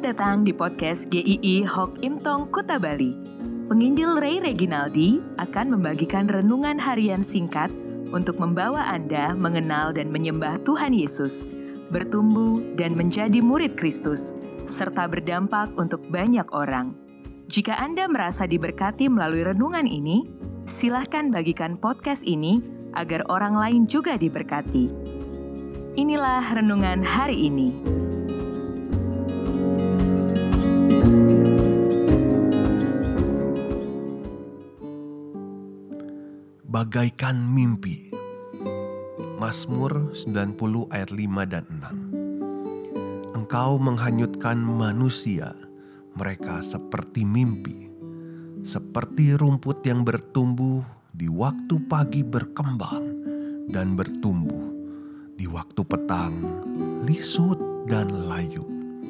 Selamat datang di podcast GII Hok Imtong Kuta Bali. Penginjil Ray Reginaldi akan membagikan renungan harian singkat untuk membawa Anda mengenal dan menyembah Tuhan Yesus, bertumbuh dan menjadi murid Kristus, serta berdampak untuk banyak orang. Jika Anda merasa diberkati melalui renungan ini, silahkan bagikan podcast ini agar orang lain juga diberkati. Inilah renungan hari ini. Bagaikan mimpi. Mazmur 90 ayat 5 dan 6. Engkau menghanyutkan manusia, mereka seperti mimpi. Seperti rumput yang bertumbuh di waktu pagi berkembang dan bertumbuh. Di waktu petang lisut dan layu.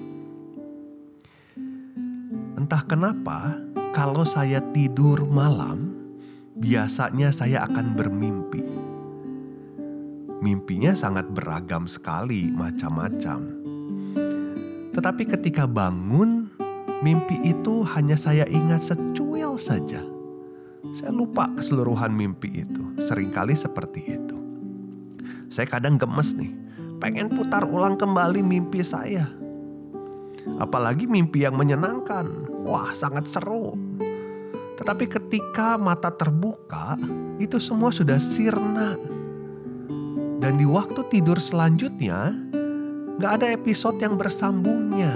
Entah kenapa kalau saya tidur malam, biasanya saya akan bermimpi. Mimpinya sangat beragam sekali, macam-macam. Tetapi ketika bangun, mimpi itu hanya saya ingat secuil saja. Saya lupa keseluruhan mimpi itu. Seringkali seperti itu. Saya kadang gemes nih, pengen putar ulang kembali mimpi saya. Apalagi mimpi yang menyenangkan. Wah, sangat seru. Tetapi ketika mata terbuka, itu semua sudah sirna. Dan di waktu tidur selanjutnya, gak ada episode yang bersambungnya.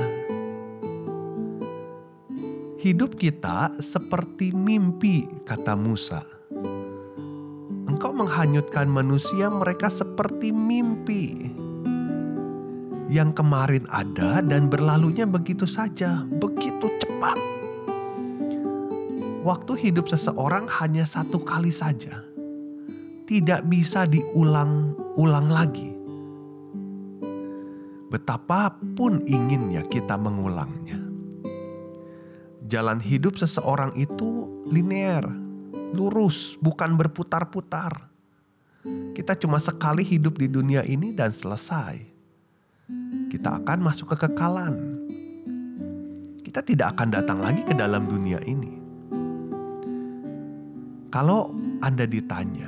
Hidup kita seperti mimpi, kata Musa. Engkau menghanyutkan manusia, mereka seperti mimpi. Yang kemarin ada dan berlalunya begitu saja, begitu cepat. Waktu hidup seseorang hanya satu kali saja. Tidak bisa diulang-ulang lagi. Betapapun inginnya kita mengulangnya. Jalan hidup seseorang itu linear, lurus, bukan berputar-putar. Kita cuma sekali hidup di dunia ini dan selesai. Kita akan masuk ke kekekalan. Kita tidak akan datang lagi ke dalam dunia ini. Kalau Anda ditanya,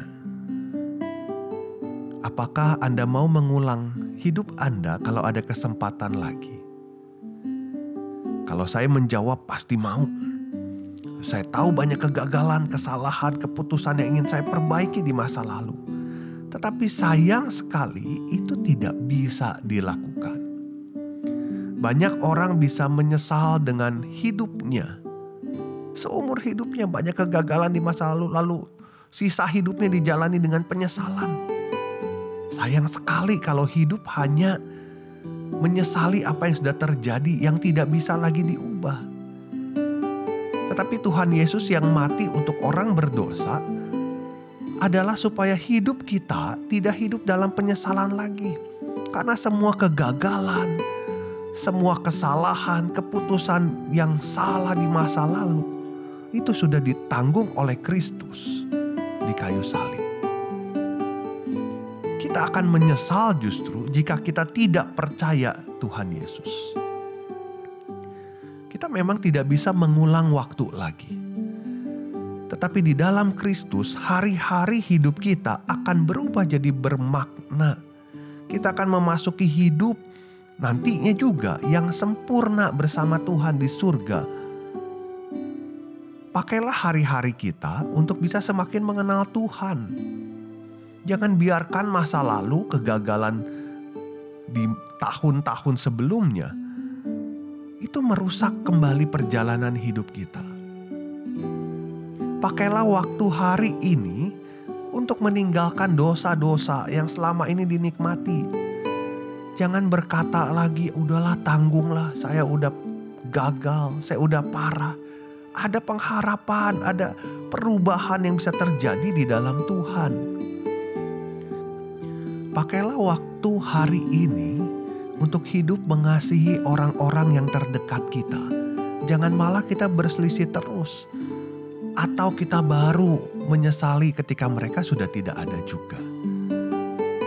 apakah Anda mau mengulang hidup Anda kalau ada kesempatan lagi? Kalau saya menjawab pasti mau. Saya tahu banyak kegagalan, kesalahan, keputusan yang ingin saya perbaiki di masa lalu. Tetapi sayang sekali itu tidak bisa dilakukan. Banyak orang bisa menyesal dengan hidupnya. Seumur hidupnya banyak kegagalan di masa lalu sisa hidupnya dijalani dengan penyesalan. Sayang sekali kalau hidup hanya menyesali apa yang sudah terjadi yang tidak bisa lagi diubah. Tetapi Tuhan Yesus yang mati untuk orang berdosa adalah supaya hidup kita tidak hidup dalam penyesalan lagi. Karena semua kegagalan, semua kesalahan, keputusan yang salah di masa lalu itu sudah ditanggung oleh Kristus di kayu salib. Kita akan menyesal justru jika kita tidak percaya Tuhan Yesus. Kita memang tidak bisa mengulang waktu lagi. Tetapi di dalam Kristus, hari-hari hidup kita akan berubah jadi bermakna. Kita akan memasuki hidup nantinya juga yang sempurna bersama Tuhan di surga. Pakailah hari-hari kita untuk bisa semakin mengenal Tuhan. Jangan biarkan masa lalu, kegagalan di tahun-tahun sebelumnya itu merusak kembali perjalanan hidup kita. Pakailah waktu hari ini untuk meninggalkan dosa-dosa yang selama ini dinikmati. Jangan berkata lagi, udahlah tanggunglah, saya udah gagal, saya udah parah. Ada pengharapan, ada perubahan yang bisa terjadi di dalam Tuhan. Pakailah waktu hari ini untuk hidup mengasihi orang-orang yang terdekat kita. Jangan malah kita berselisih terus. Atau kita baru menyesali ketika mereka sudah tidak ada juga.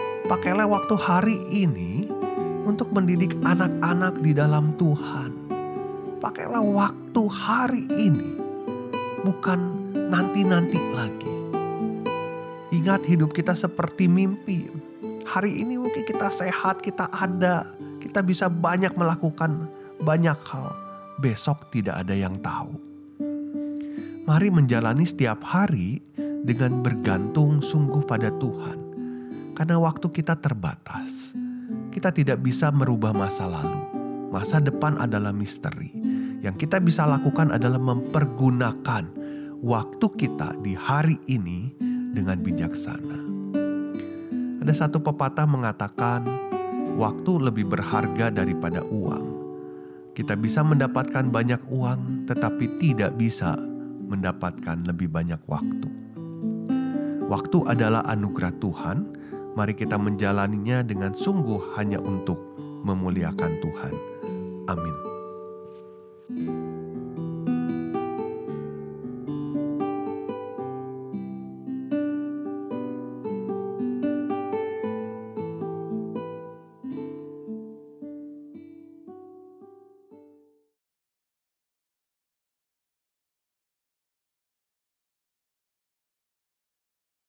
Pakailah waktu hari ini untuk mendidik anak-anak di dalam Tuhan. Pakailah waktu hari ini, bukan nanti-nanti lagi. Ingat, hidup kita seperti mimpi. Hari ini mungkin kita sehat, kita ada, kita bisa banyak melakukan banyak hal. Besok tidak ada yang tahu. Mari menjalani setiap hari dengan bergantung sungguh pada Tuhan. Karena waktu kita terbatas. Kita tidak bisa merubah masa lalu. Masa depan adalah misteri. Yang kita bisa lakukan adalah mempergunakan waktu kita di hari ini dengan bijaksana. Ada satu pepatah mengatakan, waktu lebih berharga daripada uang. Kita bisa mendapatkan banyak uang, tetapi tidak bisa mendapatkan lebih banyak waktu. Waktu adalah anugerah Tuhan. Mari kita menjalaninya dengan sungguh hanya untuk memuliakan Tuhan. Amin.